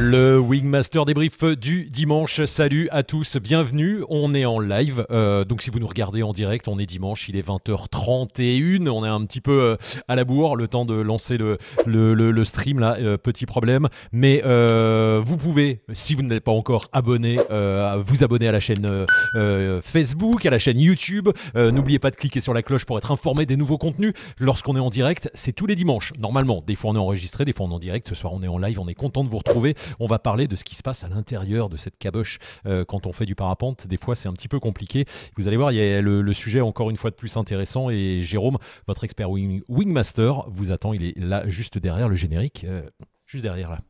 Le Wingmaster débrief du dimanche. Salut à tous, bienvenue. On est en live. Donc si vous nous regardez en direct, on est dimanche, il est 20h31. On est un petit peu à la bourre, le temps de lancer le stream là. Petit problème. Mais vous pouvez, si vous n'êtes pas encore abonné, vous abonner à la chaîne Facebook, à la chaîne YouTube. N'oubliez pas de cliquer sur la cloche pour être informé des nouveaux contenus. Lorsqu'on est en direct, c'est tous les dimanches. Normalement, des fois on est enregistré, des fois on est en direct. Ce soir on est en live, on est content de vous retrouver. On va parler de ce qui se passe à l'intérieur de cette caboche quand on fait du parapente. Des fois, c'est un petit peu compliqué. Vous allez voir, il y a le sujet encore une fois de plus intéressant. Et Jérôme, votre expert Wingmaster, vous attend. Il est là, juste derrière le générique. Juste derrière là.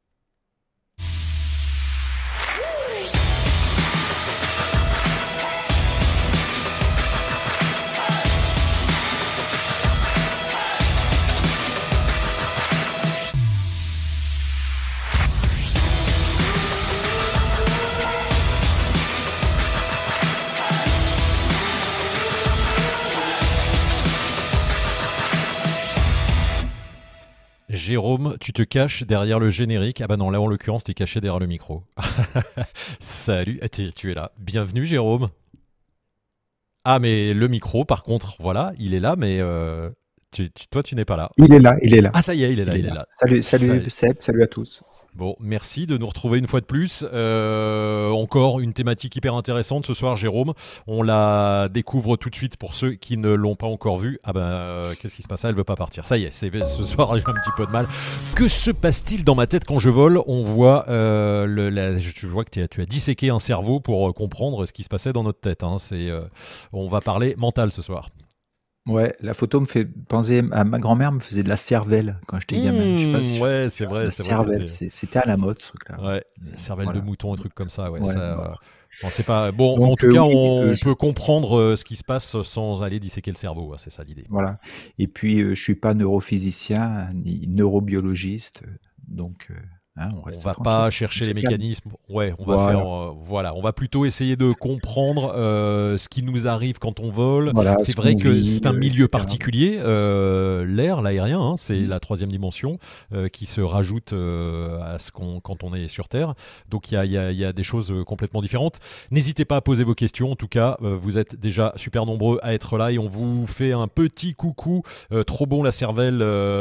Jérôme, tu te caches derrière le générique. Ah bah non, là en l'occurrence, tu es caché derrière le micro. Salut, tu es là. Bienvenue Jérôme. Ah mais le micro, par contre, voilà, il est là, mais toi tu n'es pas là. Il est là, il est là. Ah ça y est, il est là. Salut Seb, salut à tous. Bon, merci de nous retrouver une fois de plus. Encore une thématique hyper intéressante ce soir, Jérôme. On la découvre tout de suite pour ceux qui ne l'ont pas encore vue. Ah ben, qu'est-ce qui se passe? Elle veut pas partir. Ça y est, ce soir j'ai un petit peu de mal. Que se passe-t-il dans ma tête quand je vole? On voit, je vois que tu as disséqué un cerveau pour comprendre ce qui se passait dans notre tête. Hein. On va parler mental ce soir. Ouais, la photo me fait penser à ma grand-mère, me faisait de la cervelle quand j'étais gamin. Je sais pas si ouais, c'est vrai. Cervelle, c'était à la mode ce truc-là. Ouais, cervelle de mouton, un truc comme ça. Ouais, ouais ça, bon, c'est pas bon. Donc, en tout cas, on peut comprendre ce qui se passe sans aller disséquer le cerveau. Hein, c'est ça l'idée. Voilà. Et puis, je suis pas neurophysicien ni neurobiologiste, donc. On va pas chercher les mécanismes. Ouais, on va faire. On va plutôt essayer de comprendre ce qui nous arrive quand on vole. Voilà, c'est vrai que c'est un milieu particulier. L'air, l'aérien, hein, c'est la troisième dimension qui se rajoute à quand on est sur Terre. Donc il y a des choses complètement différentes. N'hésitez pas à poser vos questions. En tout cas, vous êtes déjà super nombreux à être là et on vous fait un petit coucou. Trop bon la cervelle,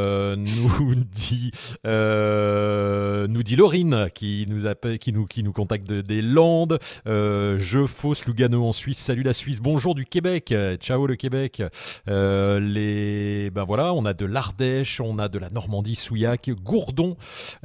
nous dit Laurine qui nous appelle, qui nous contacte des Landes. Je fausse Lugano en Suisse. Salut la Suisse. Bonjour du Québec. Ciao le Québec. Ben voilà, on a de l'Ardèche, on a de la Normandie, Souillac, Gourdon.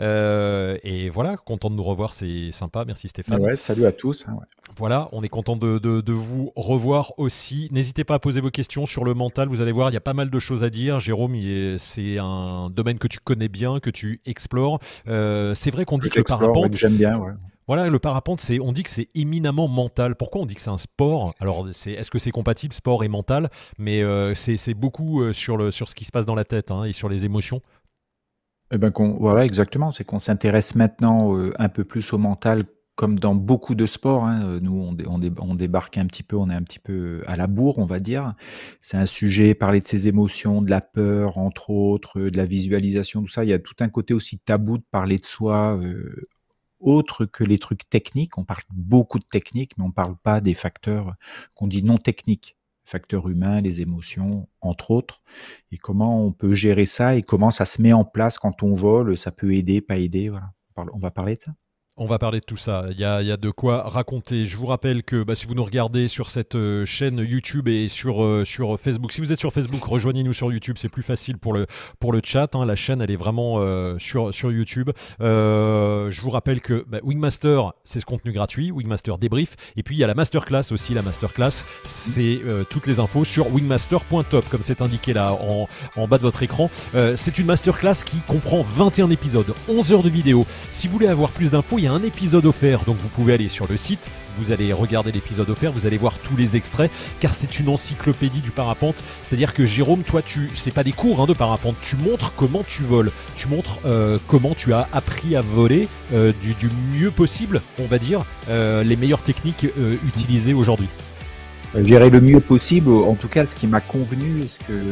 Et voilà, content de nous revoir, c'est sympa. Merci Stéphane. Ouais, salut à tous. Ouais. Voilà, on est content de vous revoir aussi. N'hésitez pas à poser vos questions sur le mental. Vous allez voir, il y a pas mal de choses à dire. Jérôme, c'est un domaine que tu connais bien, que tu explores. C'est vrai qu'on dit que le parapente, j'aime bien. Ouais. Voilà, le parapente, on dit que c'est éminemment mental. Pourquoi on dit que c'est un sport? Alors, est-ce que c'est compatible, sport et mental? Mais c'est beaucoup sur ce qui se passe dans la tête et sur les émotions. Eh ben, voilà, exactement. C'est qu'on s'intéresse maintenant un peu plus au mental, comme dans beaucoup de sports. Hein. Nous, on débarque un petit peu, on est un petit peu à la bourre, on va dire. C'est un sujet, parler de ses émotions, de la peur, entre autres, de la visualisation, tout ça. Il y a tout un côté aussi tabou de parler de soi, autre que les trucs techniques. On parle beaucoup de techniques, mais on ne parle pas des facteurs qu'on dit non techniques. Facteurs humains, les émotions, entre autres. Et comment on peut gérer ça et comment ça se met en place quand on vole. Ça peut aider, pas aider. Voilà. On va parler de ça. On va parler de tout ça, il y a de quoi raconter. Je vous rappelle que si vous nous regardez sur cette chaîne YouTube et sur Facebook, si vous êtes sur Facebook, rejoignez-nous sur YouTube, c'est plus facile pour le chat. La chaîne, elle est vraiment sur YouTube. Je vous rappelle que Wingmaster, c'est ce contenu gratuit, Wingmaster débrief. Et puis il y a la masterclass aussi. La masterclass, c'est toutes les infos sur wingmaster.top, comme c'est indiqué là en bas de votre écran. C'est une masterclass qui comprend 21 épisodes, 11 heures de vidéo. Si vous voulez avoir plus d'infos, il y a un épisode offert, donc vous pouvez aller sur le site, vous allez regarder l'épisode offert, vous allez voir tous les extraits, car c'est une encyclopédie du parapente. C'est-à-dire que Jérôme, toi, c'est pas des cours de parapente, tu montres comment tu voles, tu montres comment tu as appris à voler du mieux possible, on va dire, les meilleures techniques utilisées aujourd'hui. Gérer le mieux possible, en tout cas ce qui m'a convenu,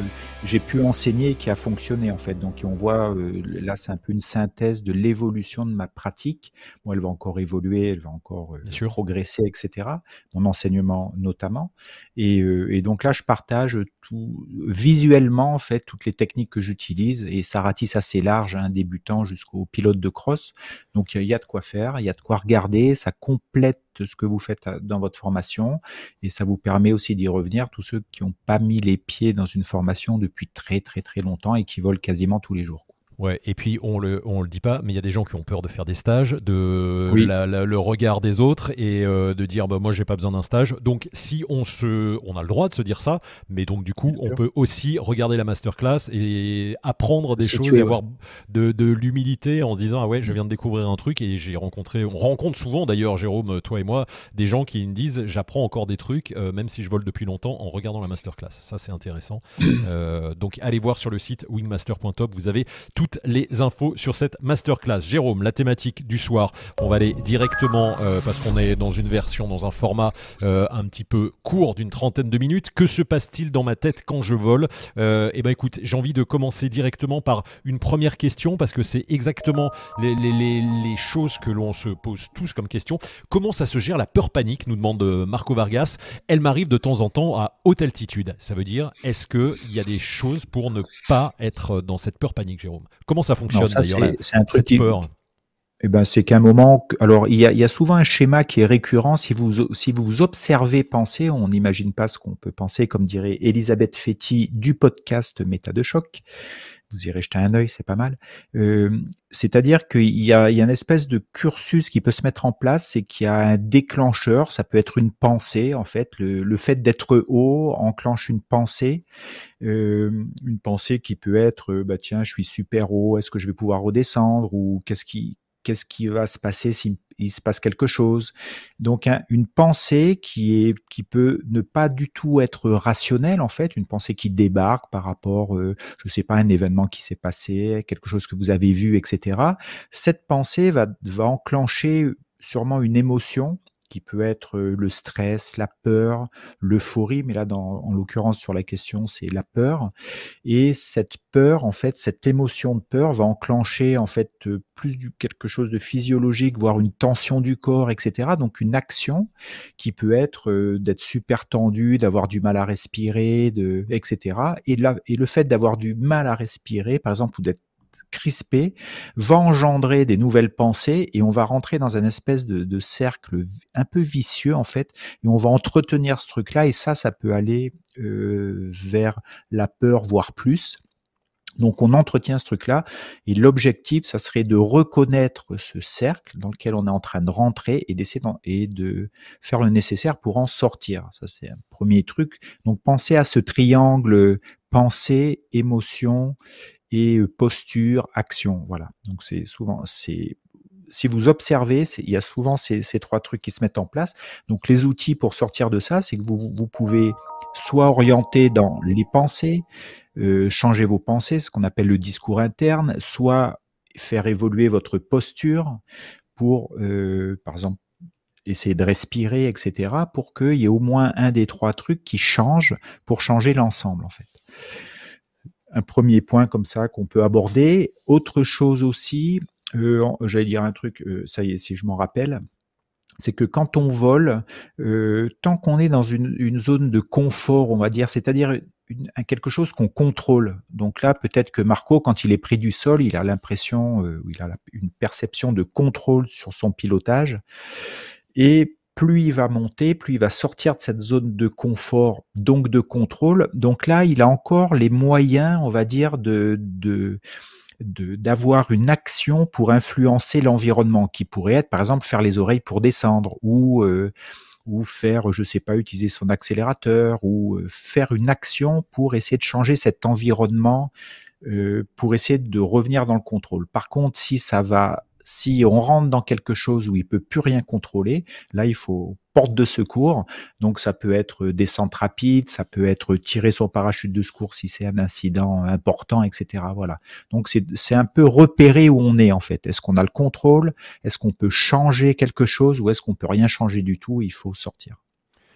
j'ai pu enseigner et qui a fonctionné en fait. Donc on voit, là c'est un peu une synthèse de l'évolution de ma pratique. Bon, elle va encore évoluer, elle va encore Bien sûr. progresser, etc. Mon enseignement notamment. Et donc là, je partage tout visuellement en fait toutes les techniques que j'utilise et ça ratisse assez large, hein, débutant jusqu'au pilote de cross. Donc il y a de quoi faire, il y a de quoi regarder, ça complète ce que vous faites dans votre formation et ça vous permet aussi d'y revenir, tous ceux qui n'ont pas mis les pieds dans une formation depuis très très très longtemps et qui volent quasiment tous les jours. Ouais, et puis on le dit pas, mais il y a des gens qui ont peur de faire des stages, de Oui, le regard des autres et de dire bah, moi j'ai pas besoin d'un stage. Donc si on a le droit de se dire ça, mais donc du coup bien on sûr. peut aussi regarder la masterclass et apprendre des choses et Situé, ouais. avoir de l'humilité en se disant ah ouais je Mm. viens de découvrir un truc et on rencontre souvent d'ailleurs Jérôme, toi et moi, des gens qui me disent j'apprends encore des trucs même si je vole depuis longtemps en regardant la masterclass. Ça c'est intéressant. Donc allez voir sur le site wingmaster.top, vous avez toutes les infos sur cette masterclass. Jérôme, la thématique du soir, on va aller directement, parce qu'on est dans une version, dans un format un petit peu court d'une trentaine de minutes. Que se passe-t-il dans ma tête quand je vole? Eh ben écoute, j'ai envie de commencer directement par une première question, parce que c'est exactement les choses que l'on se pose tous comme question. Comment ça se gère la peur panique, nous demande Marco Vargas. Elle m'arrive de temps en temps à haute altitude. Ça veut dire, est-ce qu'il y a des choses pour ne pas être dans cette peur panique, Jérôme? Comment ça Non, fonctionne ça d'ailleurs, c'est un truc cette qui, peur? eh ben, c'est qu'à un moment, alors il y a souvent un schéma qui est récurrent. Si vous observez penser, on n'imagine pas ce qu'on peut penser, comme dirait Elisabeth Fetty du podcast Méta de choc. Vous irez jeter un œil, c'est pas mal. C'est-à-dire qu'il y a une espèce de cursus qui peut se mettre en place, c'est qu'il y a un déclencheur. Ça peut être une pensée, en fait. Le fait d'être haut enclenche une pensée qui peut être bah tiens, je suis super haut, est-ce que je vais pouvoir redescendre ou qu'est-ce qui va se passer s'il il se passe quelque chose. Donc une pensée qui peut ne pas du tout être rationnelle en fait, une pensée qui débarque par rapport, je sais pas, un événement qui s'est passé, quelque chose que vous avez vu, etc. Cette pensée va enclencher sûrement une émotion qui peut être le stress, la peur, l'euphorie, mais là, en l'occurrence, sur la question, c'est la peur. Et cette peur, en fait, cette émotion de peur va enclencher, en fait, quelque chose de physiologique, voire une tension du corps, etc. Donc, une action qui peut être d'être super tendu, d'avoir du mal à respirer, etc. Et le fait d'avoir du mal à respirer, par exemple, ou d'être crispé, va engendrer des nouvelles pensées et on va rentrer dans un espèce de cercle un peu vicieux en fait et on va entretenir ce truc-là et ça peut aller vers la peur, voire plus. Donc on entretient ce truc-là et l'objectif, ça serait de reconnaître ce cercle dans lequel on est en train de rentrer et d'essayer et de faire le nécessaire pour en sortir. Ça c'est un premier truc. Donc pensez à ce triangle pensée, émotion et posture, action. Voilà. Donc c'est souvent si vous observez, il y a souvent ces trois trucs qui se mettent en place. Donc les outils pour sortir de ça, c'est que vous pouvez soit orienter dans les pensées, changer vos pensées, ce qu'on appelle le discours interne, soit faire évoluer votre posture pour, par exemple, essayer de respirer, etc., pour qu'il y ait au moins un des trois trucs qui change pour changer l'ensemble, en fait. Un premier point comme ça qu'on peut aborder. Autre chose aussi, j'allais dire un truc, ça y est, si je m'en rappelle, c'est que quand on vole, tant qu'on est dans une zone de confort, on va dire, c'est-à-dire quelque chose qu'on contrôle. Donc là, peut-être que Marco, quand il est pris du sol, il a l'impression, il a une perception de contrôle sur son pilotage. Et plus il va monter, plus il va sortir de cette zone de confort, donc de contrôle. Donc là, il a encore les moyens, on va dire, d'avoir une action pour influencer l'environnement, qui pourrait être, par exemple, faire les oreilles pour descendre ou faire, je sais pas, utiliser son accélérateur ou faire une action pour essayer de changer cet environnement, pour essayer de revenir dans le contrôle. Par contre, si on rentre dans quelque chose où il peut plus rien contrôler, là, il faut porte de secours. Donc, ça peut être descente rapide, ça peut être tirer son parachute de secours si c'est un incident important, etc. Voilà. Donc, c'est un peu repérer où on est, en fait. Est-ce qu'on a le contrôle? Est-ce qu'on peut changer quelque chose ou est-ce qu'on peut rien changer du tout? Il faut sortir.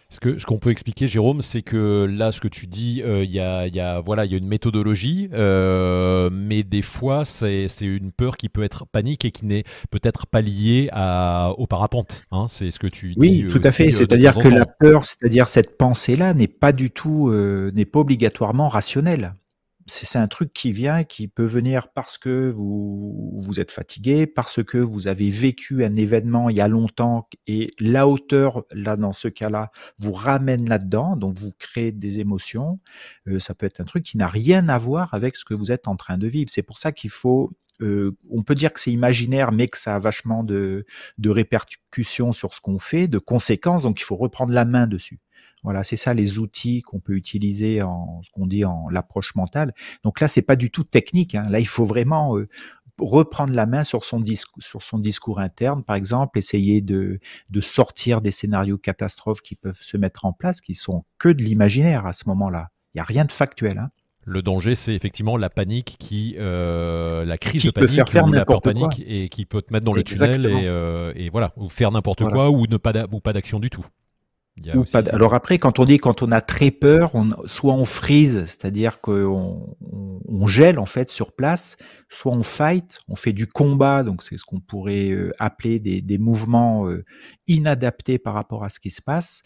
Ce qu'on peut expliquer, Jérôme, c'est que là, ce que tu dis, voilà, il y a une méthodologie, mais des fois, c'est une peur qui peut être panique et qui n'est peut-être pas liée au parapente. Hein. C'est ce que tu dis Oui, tout à fait. aussi de C'est-à-dire temps en que la temps. peur, c'est-à-dire cette pensée-là n'est pas du tout, n'est pas obligatoirement rationnelle. C'est un truc qui vient, qui peut venir parce que vous êtes fatigué, parce que vous avez vécu un événement il y a longtemps et la hauteur, là, dans ce cas-là, vous ramène là-dedans, donc vous créez des émotions. Ça peut être un truc qui n'a rien à voir avec ce que vous êtes en train de vivre. C'est pour ça qu'il faut, on peut dire que c'est imaginaire, mais que ça a vachement de répercussions sur ce qu'on fait, de conséquences, donc il faut reprendre la main dessus. Voilà, c'est ça les outils qu'on peut utiliser en ce qu'on dit en l'approche mentale. Donc là, c'est pas du tout technique, hein. Là, il faut vraiment reprendre la main sur son discours interne, par exemple, essayer de sortir des scénarios catastrophes qui peuvent se mettre en place, qui sont que de l'imaginaire à ce moment-là. Il n'y a rien de factuel, hein. Le danger, c'est effectivement la panique la crise de Qui peut panique faire ou la peur n'importe quoi. panique et qui peut te mettre dans le tunnel Exactement. et voilà, ou faire n'importe Voilà. quoi ou ne pas ou pas d'action du tout. Il y a Ou aussi pas. ça. Alors après, quand on a très peur, soit on freeze, c'est-à-dire qu'on gèle en fait sur place, soit on fight, on fait du combat, donc c'est ce qu'on pourrait appeler des mouvements inadaptés par rapport à ce qui se passe,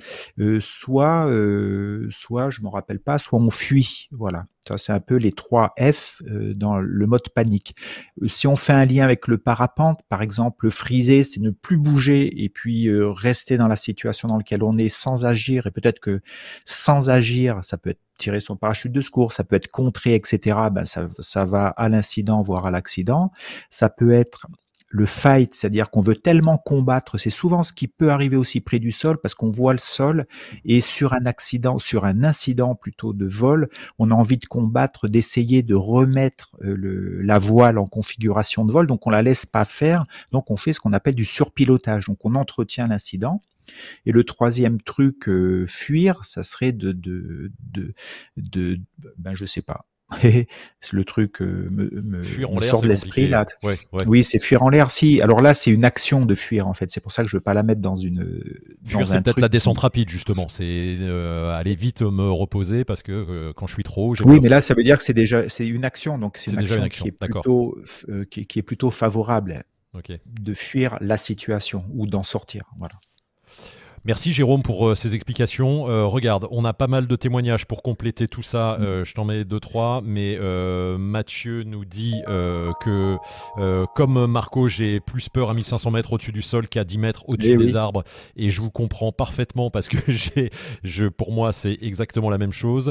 soit je me rappelle pas, soit on fuit. Voilà, ça c'est un peu les 3 F dans le mode panique. Si on fait un lien avec le parapente, par exemple, le freezer, c'est ne plus bouger et puis rester dans la situation dans laquelle on est sans agir. Et peut-être que sans agir, ça peut être tirer son parachute de secours, ça peut être contrer, etc. Ben ça va à l'incident, voire à l'accident. Ça peut être le fight, c'est-à-dire qu'on veut tellement combattre, c'est souvent ce qui peut arriver aussi près du sol parce qu'on voit le sol et sur un incident plutôt de vol, on a envie de combattre, d'essayer de remettre la voile en configuration de vol, donc on la laisse pas faire, donc on fait ce qu'on appelle du surpilotage, donc on entretient l'incident. Et le troisième truc, fuir, ça serait de ben je sais pas. Le truc Fuir en me l'air, sort c'est de l'esprit compliqué. là. Ouais, ouais. Oui, c'est fuir en l'air. Si, alors là, c'est une action de fuir en fait. C'est pour ça que je veux pas la mettre Fuir, dans c'est un peut-être la truc descente qui. rapide, justement. C'est aller vite me reposer parce que quand je suis trop haut, j'ai Oui, mais peur. là, ça veut dire que c'est une action, donc c'est C'est une déjà une action action. qui est D'accord. plutôt qui est plutôt favorable Ok. de fuir la situation ou d'en sortir. Voilà. Merci Jérôme pour ces explications. Regarde, on a pas mal de témoignages pour compléter tout ça. Je t'en mets deux, trois, mais Mathieu nous dit que comme Marco, j'ai plus peur à 1500 mètres au-dessus du sol qu'à 10 mètres au-dessus Eh des oui. arbres. Et je vous comprends parfaitement parce que pour moi, c'est exactement la même chose.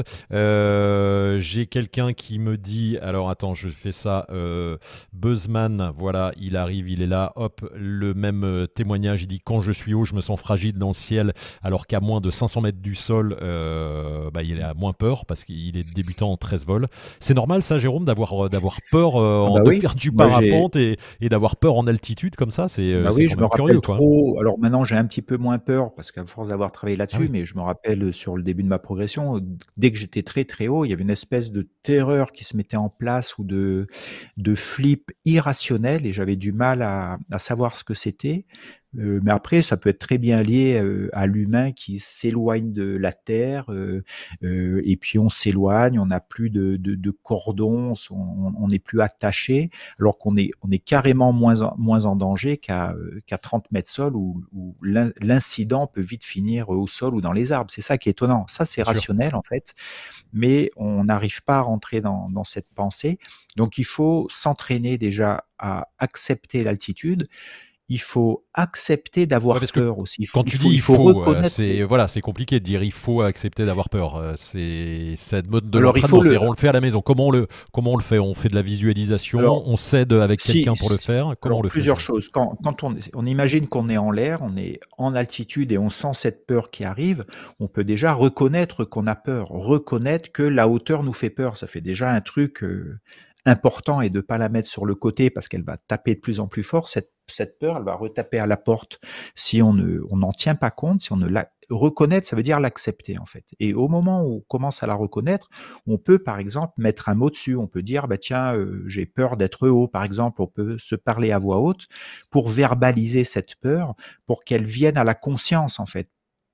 J'ai quelqu'un qui me dit, alors attends, je fais ça. Buzzman, voilà, il arrive, il est là. Hop, le même témoignage. Il dit quand je suis haut, je me sens fragile dans le ciel, alors qu'à moins de 500 mètres du sol, il a moins peur parce qu'il est débutant en 13 vols. C'est normal ça, Jérôme, d'avoir peur Ah bah de oui. faire du Moi j'ai parapente et d'avoir peur en altitude comme ça, Bah c'est oui, quand je me même rappelle curieux, quoi. trop. Alors maintenant, j'ai un petit peu moins peur parce qu'à force d'avoir travaillé Ah là-dessus, oui. mais je me rappelle sur le début de ma progression, dès que j'étais très très haut, il y avait une espèce de terreur qui se mettait en place ou de flip irrationnel et j'avais du mal à savoir ce que c'était. Mais après, ça peut être très bien lié à l'humain qui s'éloigne de la Terre et puis on s'éloigne, on n'a plus de cordon, on n'est plus attaché alors on est carrément moins en danger qu'à 30 mètres sol où l'incident peut vite finir au sol ou dans les arbres. C'est ça qui est étonnant. Ça, c'est Bien sûr. rationnel en fait, mais on n'arrive pas à rentrer dans cette pensée. Donc il faut s'entraîner déjà à accepter l'altitude. Il faut accepter Ouais, d'avoir parce que peur aussi. quand tu dis Il il faut faut, reconnaître. c'est voilà, c'est compliqué de dire il faut accepter d'avoir peur. C'est mode de Alors il faut l'entraînement. C'est le. on le fait à la maison. Comment on le fait? On fait de la visualisation. Alors On s'aide avec Si, quelqu'un pour le faire. Comment on alors le fait, plusieurs Jérôme? choses. Quand on imagine qu'on est en l'air, on est en altitude et on sent cette peur qui arrive, on peut déjà reconnaître qu'on a peur, reconnaître que la hauteur nous fait peur. Ça fait déjà un truc important et de pas la mettre sur le côté parce qu'elle va taper de plus en plus fort. Cette peur, elle va retaper à la porte si on n'en tient pas compte, si on ne la reconnaître, ça veut dire l'accepter en fait. Et au moment où on commence à la reconnaître, on peut par exemple mettre un mot dessus. On peut dire bah tiens, j'ai peur d'être haut par exemple. On peut se parler à voix haute pour verbaliser cette peur, pour qu'elle vienne à la conscience en fait.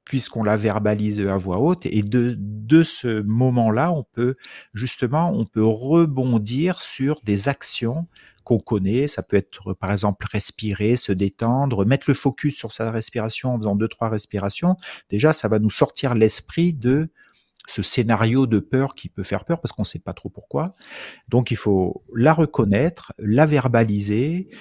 puisqu'on la verbalise à voix haute. Et de ce moment-là, on peut rebondir sur des actions qu'on connaît. Ça peut être, par exemple, respirer, se détendre, mettre le focus sur sa respiration en faisant 2-3 respirations. Déjà, ça va nous sortir l'esprit de ce scénario de peur qui peut faire peur parce qu'on ne sait pas trop pourquoi. Donc il faut la reconnaître, la verbaliser,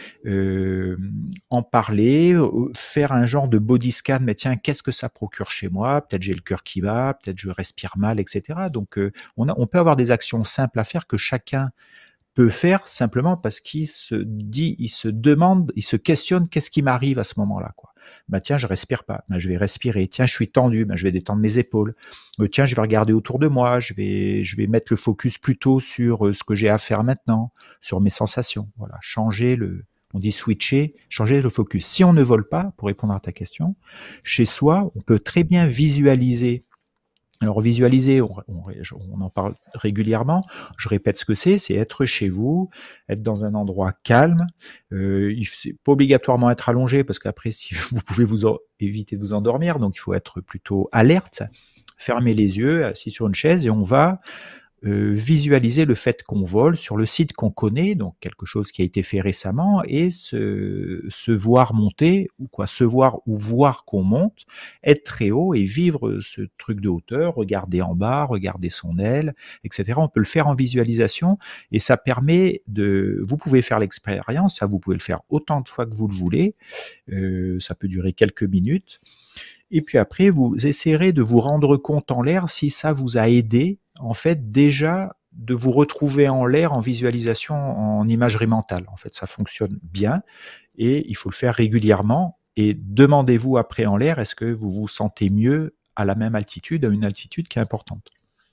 en parler, faire un genre de body scan, mais tiens, qu'est-ce que ça procure chez moi? Peut-être j'ai le cœur qui bat, peut-être je respire mal, etc. Donc on peut avoir des actions simples à faire que chacun peut faire simplement parce qu'il se dit, il se demande, il se questionne qu'est-ce qui m'arrive à ce moment-là, quoi. Bah tiens, je respire pas, bah, je vais respirer. Tiens, je suis tendu, bah, je vais détendre mes épaules. Tiens, je vais regarder autour de moi, je vais mettre le focus plutôt sur ce que j'ai à faire maintenant, sur mes sensations. Voilà, on dit switcher, changer le focus. Si on ne vole pas, pour répondre à ta question, chez soi, on peut très bien visualiser. Alors visualiser, on en parle régulièrement. Je répète ce que c'est être chez vous, être dans un endroit calme. C'est pas obligatoirement être allongé parce qu'après, si vous pouvez éviter de vous endormir, donc il faut être plutôt alerte. Fermer les yeux, assis sur une chaise, et on va visualiser le fait qu'on vole sur le site qu'on connaît, donc quelque chose qui a été fait récemment, et se voir monter, se voir ou voir qu'on monte, être très haut et vivre ce truc de hauteur, regarder en bas, regarder son aile, etc. On peut le faire en visualisation et ça permet vous pouvez faire l'expérience, ça vous pouvez le faire autant de fois que vous le voulez, ça peut durer quelques minutes. Et puis après, vous essaierez de vous rendre compte en l'air si ça vous a aidé, en fait, déjà de vous retrouver en l'air en visualisation, en imagerie mentale. En fait, ça fonctionne bien et il faut le faire régulièrement. Et demandez-vous après en l'air, est-ce que vous vous sentez mieux à la même altitude, à une altitude qui est importante?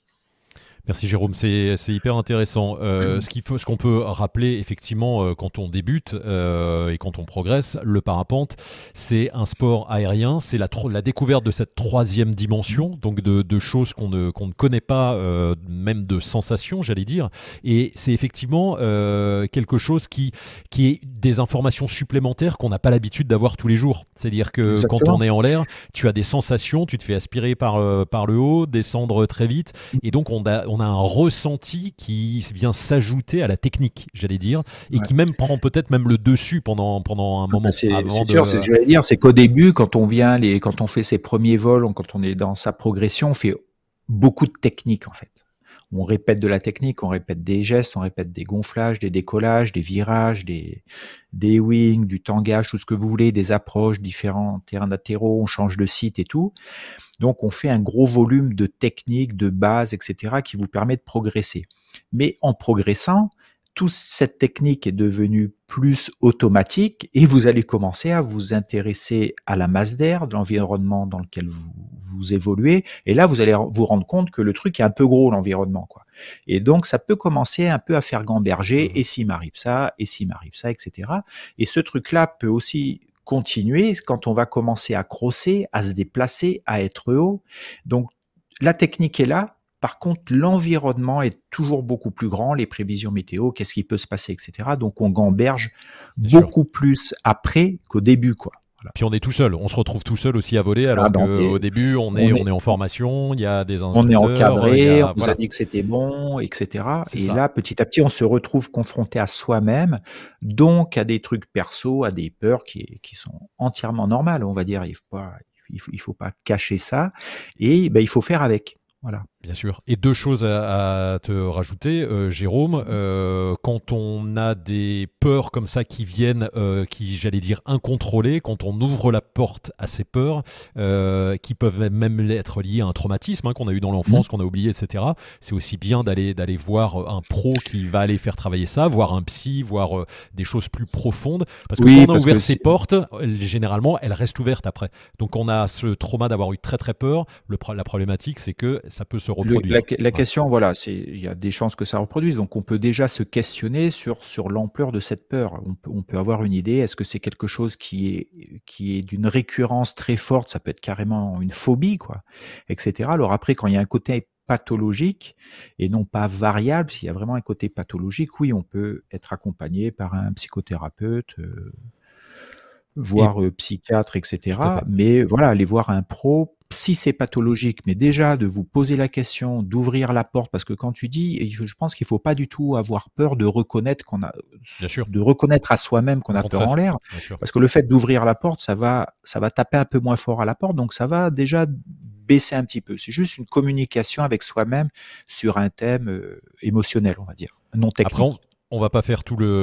Merci Jérôme, c'est hyper intéressant. Ce qu'on peut rappeler effectivement quand on débute et quand on progresse, le parapente, c'est un sport aérien, c'est la découverte de cette troisième dimension, donc de choses qu'on ne connaît pas, même de sensations, j'allais dire. Et c'est effectivement quelque chose qui est des informations supplémentaires qu'on n'a pas l'habitude d'avoir tous les jours. C'est-à-dire que Exactement. Quand on est en l'air, tu as des sensations, tu te fais aspirer par le haut, descendre très vite, et donc on a un ressenti qui vient s'ajouter à la technique, j'allais dire, et qui même prend peut-être même le dessus pendant un moment. C'est sûr, c'est ce que j'allais dire, c'est qu'au début, quand on fait ses premiers vols, quand on est dans sa progression, on fait beaucoup de technique en fait. On répète de la technique, on répète des gestes, on répète des gonflages, des décollages, des virages, des wings, du tangage, tout ce que vous voulez, des approches, différents terrains latéraux, on change de site et tout. Donc, on fait un gros volume de techniques, de bases, etc., qui vous permet de progresser. Mais en progressant, toute cette technique est devenue plus automatique et vous allez commencer à vous intéresser à la masse d'air, de l'environnement dans lequel vous évoluez. Et là, vous allez vous rendre compte que le truc est un peu gros, l'environnement, quoi. Et donc, ça peut commencer un peu à faire gamberger. Et s'il m'arrive ça, et s'il m'arrive ça, etc. Et ce truc-là peut aussi continuer quand on va commencer à crosser, à se déplacer, à être haut. Donc, la technique est là. Par contre, l'environnement est toujours beaucoup plus grand, les prévisions météo, qu'est-ce qui peut se passer, etc. Donc, on gamberge beaucoup plus après qu'au début, quoi. Voilà. Puis on est tout seul, on se retrouve tout seul aussi à voler, alors qu'au début, on est en formation, il y a des instructeurs. On est encadré, on vous a dit que c'était bon, etc. Et là, petit à petit, on se retrouve confronté à soi-même, donc à des trucs perso, à des peurs qui sont entièrement normales, on va dire. Il faut pas cacher ça, et il faut faire avec. Voilà. Bien sûr. Et deux choses à te rajouter, Jérôme. Quand on a des peurs comme ça qui viennent, j'allais dire, incontrôlées, quand on ouvre la porte à ces peurs, qui peuvent même être liées à un traumatisme qu'on a eu dans l'enfance, qu'on a oublié, etc., c'est aussi bien d'aller voir un pro qui va aller faire travailler ça, voir un psy, voir des choses plus profondes. Parce que quand on a ouvert ces portes, généralement, elles restent ouvertes après. Donc on a ce trauma d'avoir eu très très peur. La problématique, c'est que ça peut se reproduire. La question, voilà, il y a des chances que ça reproduise. Donc, on peut déjà se questionner sur l'ampleur de cette peur. On peut avoir une idée. Est-ce que c'est quelque chose qui est d'une récurrence très forte? Ça peut être carrément une phobie, quoi, etc. Alors après, quand il y a un côté pathologique et non pas variable, s'il y a vraiment un côté pathologique, oui, on peut être accompagné par un psychothérapeute, voire psychiatre, etc. Mais voilà, aller voir un pro si c'est pathologique, mais déjà de vous poser la question, d'ouvrir la porte, parce que quand tu dis, je pense qu'il faut pas du tout avoir peur de reconnaître Bien sûr, de reconnaître à soi-même qu'on au a peur en contraire, l'air, bien sûr. parce que le fait d'ouvrir la porte, ça va taper un peu moins fort à la porte, donc ça va déjà baisser un petit peu. C'est juste une communication avec soi-même sur un thème émotionnel, on va dire, non Après, technique. on va pas faire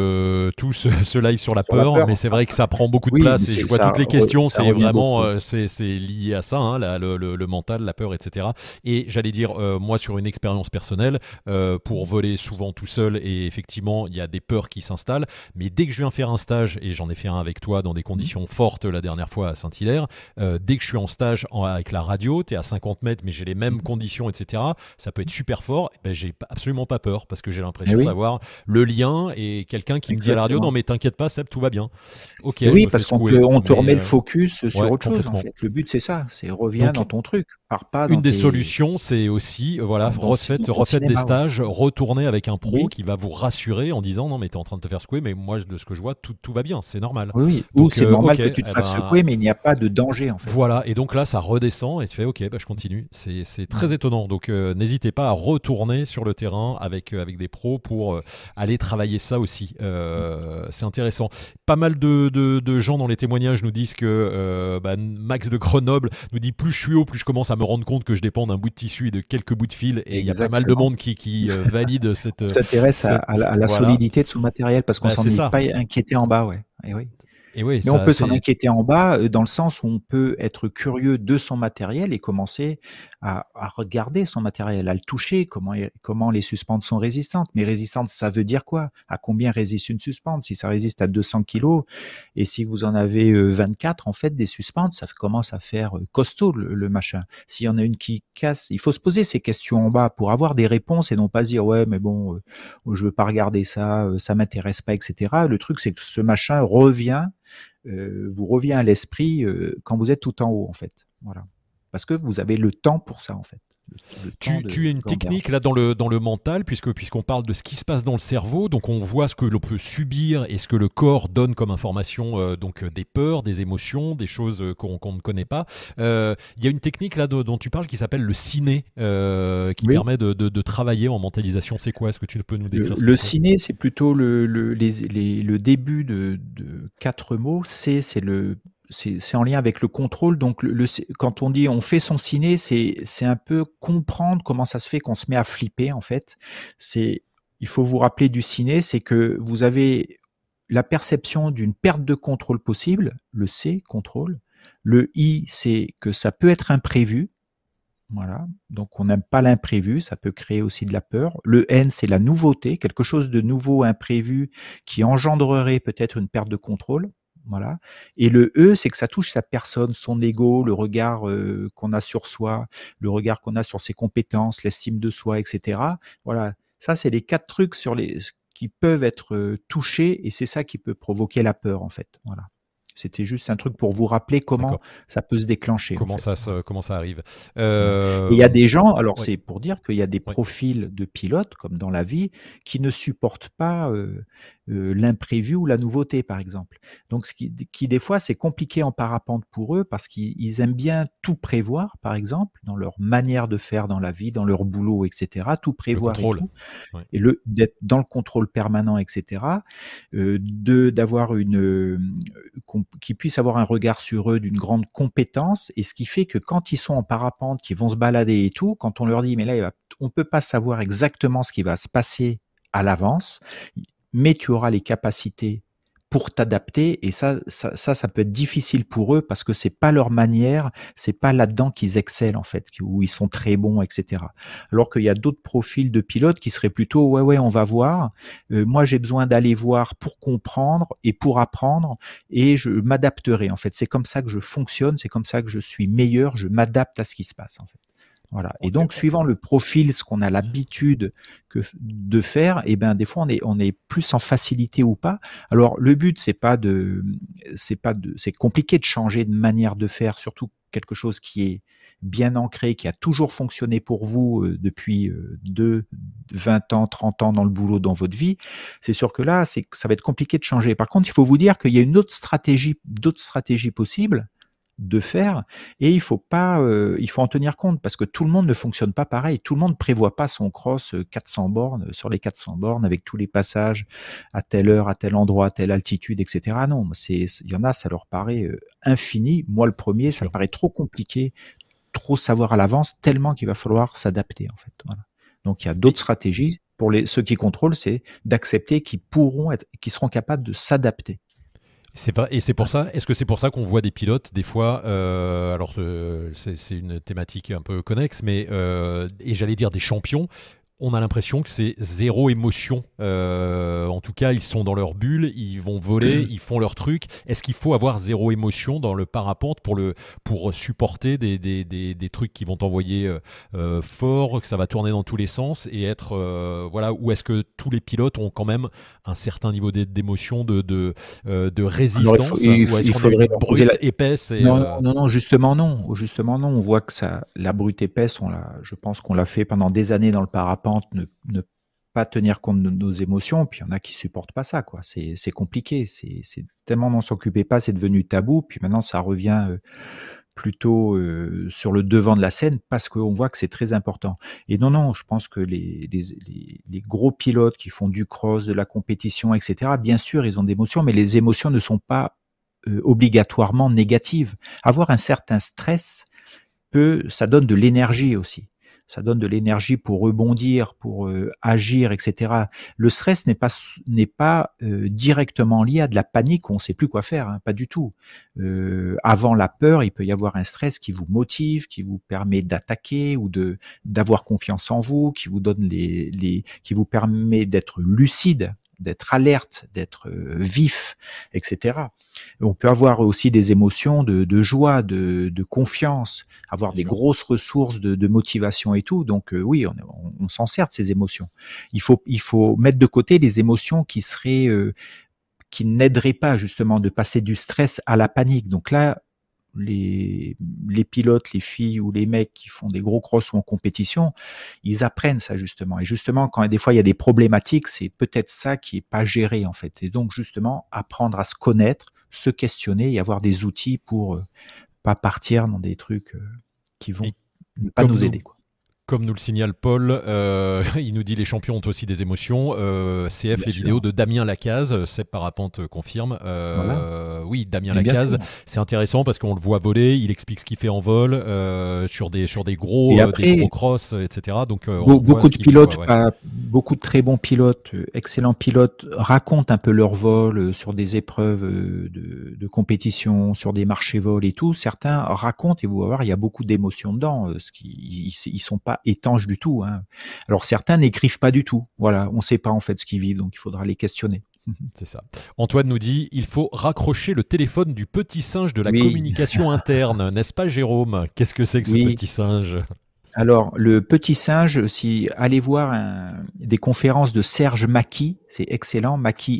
ce live sur la Sur la peur, peur, mais c'est vrai que ça prend beaucoup de oui, mais place et je vois toutes les questions, ça c'est revient vraiment beaucoup. c'est lié à ça, hein, le mental, la peur, etc. Et j'allais dire, moi sur une expérience personnelle, pour voler souvent tout seul, et effectivement il y a des peurs qui s'installent, mais dès que je viens faire un stage, et j'en ai fait un avec toi dans des Mhm. conditions fortes la dernière fois à Saint-Hilaire, dès que je suis en stage avec la radio, tu es à 50 mètres mais j'ai les mêmes Mhm. conditions, etc. Ça peut être super fort, et ben, j'ai absolument pas peur parce que j'ai Eh l'impression oui, d'avoir le lien et quelqu'un qui me dit à la radio non exactement. mais t'inquiète pas Seb, tout va bien. Ok, Et je oui, me fais parce secouer on te mais remet le focus sur ouais, autre chose, en complètement. fait. Le but, c'est ça, c'est reviens Donc dans ton truc, pars pas une dans des tes, solutions, c'est aussi, voilà, dans refaites, ton refaites des cinéma, ouais. stages, retournez avec un pro Oui, qui va vous rassurer en disant non mais t'es en train de te faire secouer, mais moi de ce que je vois tout va bien, c'est normal. oui, oui. Ou Donc c'est ok, normal que eh tu te fasses ben secouer, mais il n'y a pas de danger, en fait. voilà, et donc là, ça redescend et tu fais ok, bah, je continue. C'est très Voilà. étonnant. Donc n'hésitez pas à retourner sur le terrain avec des pros pour aller travailler ça aussi. C'est intéressant. Pas mal de gens dans les témoignages nous disent que bah, Max de Grenoble nous dit plus je suis haut, plus je commence à me rendre compte que je dépends d'un bout de tissu et de quelques bouts de fil. Et il y a pas mal de Exactement. monde qui valide On s'intéresse cette. à la Voilà, solidité de son matériel parce qu'on bah, s'en c'est est ça. pas inquiété en bas, ouais. Et oui. Et oui, Mais on ça, peut s'en c'est. inquiéter en bas, dans le sens où on peut être curieux de son matériel et commencer à regarder son matériel, à le toucher, comment les suspentes sont résistantes. Mais résistantes, ça veut dire quoi? À combien résiste une suspente? Si ça résiste à 200 kilos et si vous en avez 24, en fait, des suspentes, ça commence à faire costaud le machin. S'il y en a une qui casse, il faut se poser ces questions en bas pour avoir des réponses et non pas se dire ouais, mais bon, je veux pas regarder ça, ça m'intéresse pas, etc. Le truc, c'est que ce machin vous revient à l'esprit quand vous êtes tout en haut, en fait. Voilà. Parce que vous avez le temps pour ça, en fait. Le temps Tu as une gamberge. technique là dans le mental, puisqu'on parle de ce qui se passe dans le cerveau, donc on voit ce que l'on peut subir et ce que le corps donne comme information, des peurs, des émotions, des choses qu'on ne connaît pas. Il y a une technique là dont tu parles qui s'appelle le ciné, qui Oui. permet de travailler en mentalisation. C'est quoi? Est-ce que tu peux nous décrire ce que Le c'est? ciné, c'est plutôt le début de quatre mots. C'est en lien avec le contrôle. Donc, quand on dit on fait son ciné, c'est un peu comprendre comment ça se fait qu'on se met à flipper, en fait. C'est, il faut vous rappeler du ciné, c'est que vous avez la perception d'une perte de contrôle possible, le C, contrôle. Le I, c'est que ça peut être imprévu. Voilà, donc on n'aime pas l'imprévu, ça peut créer aussi de la peur. Le N, c'est la nouveauté, quelque chose de nouveau, imprévu, qui engendrerait peut-être une perte de contrôle. Voilà. Et le E, c'est que ça touche sa personne, son ego, le regard qu'on a sur soi, le regard qu'on a sur ses compétences, l'estime de soi, etc. Voilà. Ça, c'est les quatre trucs qui peuvent être touchés et c'est ça qui peut provoquer la peur, en fait. Voilà. C'était juste un truc pour vous rappeler comment D'accord. ça peut se déclencher, en fait. Voilà. Comment ça arrive? Voilà. Et il y a des gens, alors Oui, c'est pour dire qu'il y a des oui, profils de pilotes, comme dans la vie, qui ne supportent pas l'imprévu ou la nouveauté, par exemple. Donc, qui des fois, c'est compliqué en parapente pour eux parce qu'ils aiment bien tout prévoir, par exemple, dans leur manière de faire dans la vie, dans leur boulot, etc. Tout le prévoir et contrôle. tout. Oui. Et d'être dans le contrôle permanent, etc. D'avoir qu'ils puissent avoir un regard sur eux d'une grande compétence, et ce qui fait que quand ils sont en parapente, qu'ils vont se balader et tout, quand on leur dit mais là on peut pas savoir exactement ce qui va se passer à l'avance, mais tu auras les capacités pour t'adapter, et ça peut être difficile pour eux parce que c'est pas leur manière, c'est pas là-dedans qu'ils excellent en fait, où ils sont très bons, etc. Alors qu'il y a d'autres profils de pilotes qui seraient plutôt ouais on va voir, moi j'ai besoin d'aller voir pour comprendre et pour apprendre, et je m'adapterai en fait. C'est comme ça que je fonctionne, c'est comme ça que je suis meilleur, je m'adapte à ce qui se passe en fait. Voilà. Et Ok. donc, suivant le profil, ce qu'on a l'habitude de faire, et ben des fois on est plus en facilité ou pas. Alors le but c'est compliqué de changer de manière de faire, surtout quelque chose qui est bien ancré, qui a toujours fonctionné pour vous depuis 20 ans, 30 ans dans le boulot, dans votre vie. C'est sûr que là, ça va être compliqué de changer. Par contre, il faut vous dire qu'il y a d'autres stratégies possibles de faire, et il faut pas, il faut en tenir compte parce que tout le monde ne fonctionne pas pareil. Tout le monde prévoit pas son cross 400 bornes sur les 400 bornes avec tous les passages à telle heure, à tel endroit, à telle altitude, etc. Non, il y en a, ça leur paraît infini. Moi, le Bien premier, ça me sûr. paraît trop compliqué, trop savoir à l'avance, tellement qu'il va falloir s'adapter en fait. Voilà. Donc il y a d'autres Et, stratégies pour ceux qui contrôlent, c'est d'accepter qu'ils seront capables de s'adapter. c'est pour ça. Est-ce que c'est pour ça qu'on voit des pilotes des fois alors c'est une thématique un peu connexe, mais et j'allais dire des champions. On a l'impression que c'est zéro émotion. En tout cas, ils sont dans leur bulle, ils vont voler, ils font leur truc. Est-ce qu'il faut avoir zéro émotion dans le parapente pour supporter des trucs qui vont t'envoyer fort, que ça va tourner dans tous les sens et être voilà. Ou est-ce que tous les pilotes ont quand même un certain niveau d'émotion, de Alors résistance, ou est-ce il qu'on a une faudrait leur poser brute épaisse et non, non, non, justement non. Justement non. On voit que ça, la brute épaisse, je pense qu'on l'a fait pendant des années dans le parapente, ne pas tenir compte de nos émotions. Puis il y en a qui supportent pas ça, quoi. C'est compliqué. C'est tellement on n'en s'occupait pas, c'est devenu tabou. Puis maintenant ça revient plutôt sur le devant de la scène parce qu'on voit que c'est très important. Et non, non, je pense que les gros pilotes qui font du cross, de la compétition, etc., bien sûr, ils ont des émotions, mais les émotions ne sont pas obligatoirement négatives. Avoir un certain stress ça donne de l'énergie aussi. Ça donne de l'énergie pour rebondir, pour agir, etc. Le stress n'est pas directement lié à de la panique où on ne sait plus quoi faire, hein, pas du tout. Avant la peur, il peut y avoir un stress qui vous motive, qui vous permet d'attaquer ou d'avoir confiance en vous, qui vous donne qui vous permet d'être lucide, d'être alerte, d'être vif, etc. On peut avoir aussi des émotions de joie, de confiance, avoir bien des sûr. grosses ressources de motivation et tout. Donc oui, on s'en sert de ces émotions. Il faut mettre de côté les émotions qui n'aideraient pas justement de passer du stress à la panique. Donc là, les pilotes, les filles ou les mecs qui font des gros cross ou en compétition, ils apprennent ça justement. Et justement, quand des fois il y a des problématiques, c'est peut-être ça qui est pas géré en fait. Et donc justement, apprendre à se connaître, se questionner et avoir des outils pour pas partir dans des trucs qui vont Et ne pas comme nous nous, aider, quoi. Comme nous le signale Paul, il nous dit les champions ont aussi des émotions. CF, Bien les vidéos sûr. de Damien Lacaze, Seb Parapente confirme. Voilà. Oui, Damien Mais bien Lacaze, sûr. c'est intéressant parce qu'on le voit voler, il explique ce qu'il fait en vol, sur Et des gros après, crosses, etc. Donc on voit Beaucoup ce de qu'il fait, quoi. pilotes, Ouais. beaucoup de très bons pilotes, excellents pilotes, racontent un peu leur vol sur des épreuves de compétition, sur des marchés vols et tout. Certains racontent et vous allez voir, il y a beaucoup d'émotions dedans, ils sont pas étanches du tout, hein. Alors certains n'écrivent pas du tout. Voilà, on ne sait pas en fait ce qu'ils vivent, donc il faudra les questionner. C'est ça. Antoine nous dit il faut raccrocher le téléphone du petit singe de la Oui, communication interne, n'est-ce pas, Jérôme? Qu'est-ce que c'est que ce oui. petit singe? Alors, le petit singe, si allez voir des conférences de Serge Maki, c'est excellent. Maki,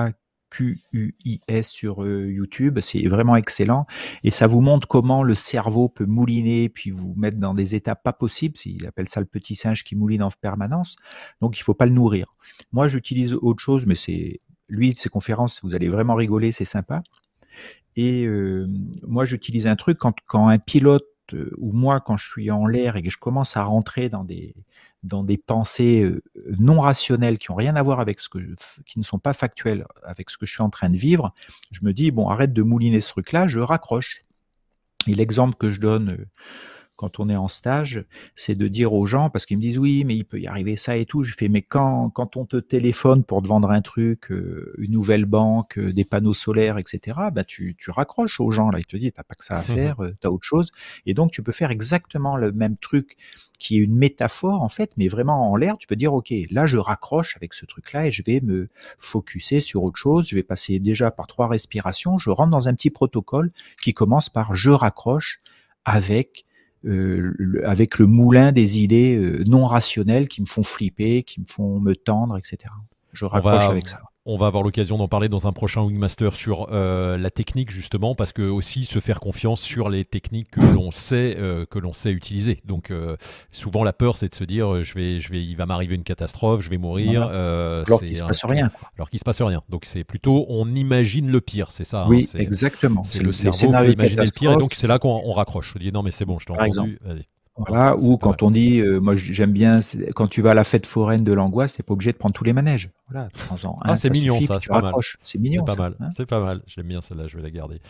Maquis sur YouTube, c'est vraiment excellent. Et ça vous montre comment le cerveau peut mouliner, puis vous mettre dans des états pas possibles. Il appelle ça le petit singe qui mouline en permanence. Donc, il faut pas le nourrir. Moi, j'utilise autre chose, mais ses conférences, vous allez vraiment rigoler, c'est sympa. Et moi, j'utilise un truc quand un pilote ou moi, quand je suis en l'air et que je commence à rentrer dans des pensées non rationnelles qui ont rien à voir avec qui ne sont pas factuelles avec ce que je suis en train de vivre, je me dis bon, arrête de mouliner ce truc-là, je raccroche. Et l'exemple que je donne quand on est en stage, c'est de dire aux gens, parce qu'ils me disent oui, mais il peut y arriver ça et tout. Je fais, mais quand on te téléphone pour te vendre un truc, une nouvelle banque, des panneaux solaires, etc., bah tu raccroches aux gens. Là, ils te disent, t'as pas que ça à faire, t'as autre chose. Et donc, tu peux faire exactement le même truc qui est une métaphore, en fait, mais vraiment en l'air. Tu peux dire, OK, là, je raccroche avec ce truc-là et je vais me focuser sur autre chose. Je vais passer déjà par 3 respirations. Je rentre dans un petit protocole qui commence par je raccroche avec avec le moulin des idées non rationnelles qui me font flipper, qui me font me tendre, etc. Je On raccroche va, avec ça. on va avoir l'occasion d'en parler dans un prochain Wingmaster sur la technique justement, parce que aussi se faire confiance sur les techniques que l'on sait utiliser. Donc souvent la peur, c'est de se dire il va m'arriver une catastrophe, je vais mourir. Voilà. Alors qu'il se passe rien, quoi. Alors qu'il se passe rien. Donc c'est plutôt on imagine le pire, c'est ça. Oui, exactement. C'est le les cerveau scénarios fait de imaginer le pire, et catastrophe, donc c'est là qu'on raccroche. On dit non mais c'est bon, je t'ai par exemple. entendu. Allez. Non, Voilà, c'est ou pas mal. quand on dit, moi j'aime bien, quand tu vas à la fête foraine de l'angoisse, t'es pas obligé de prendre tous les manèges. Voilà, prends-en un, C'est ça mignon suffit, ça, puis c'est tu pas mal. raccroches. C'est C'est mignon pas ça, mal, hein. c'est pas mal. J'aime bien celle-là, je vais la garder.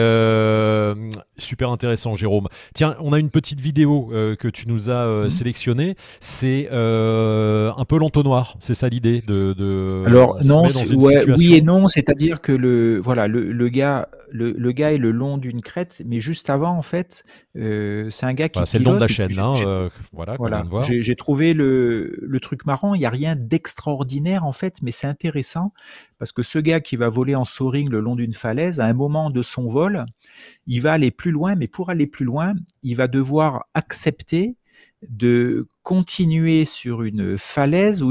Super intéressant, Jérôme. Tiens, on a une petite vidéo que tu nous as Mmh. sélectionnée. C'est un peu l'entonnoir, c'est ça l'idée Alors on se non, met dans une ouais, oui et situation. non, c'est-à-dire que le gars est le long d'une crête, mais juste avant en fait, c'est un gars qui Voilà, c'est le nom de la pilote et puis chaîne, voilà, qu'on vient voilà, de voir. j'ai trouvé le truc marrant. Il y a rien d'extraordinaire en fait, mais c'est intéressant parce que ce gars qui va voler en soaring le long d'une falaise, à un moment de son vol, il va aller plus loin, mais pour aller plus loin, il va devoir accepter de continuer sur une falaise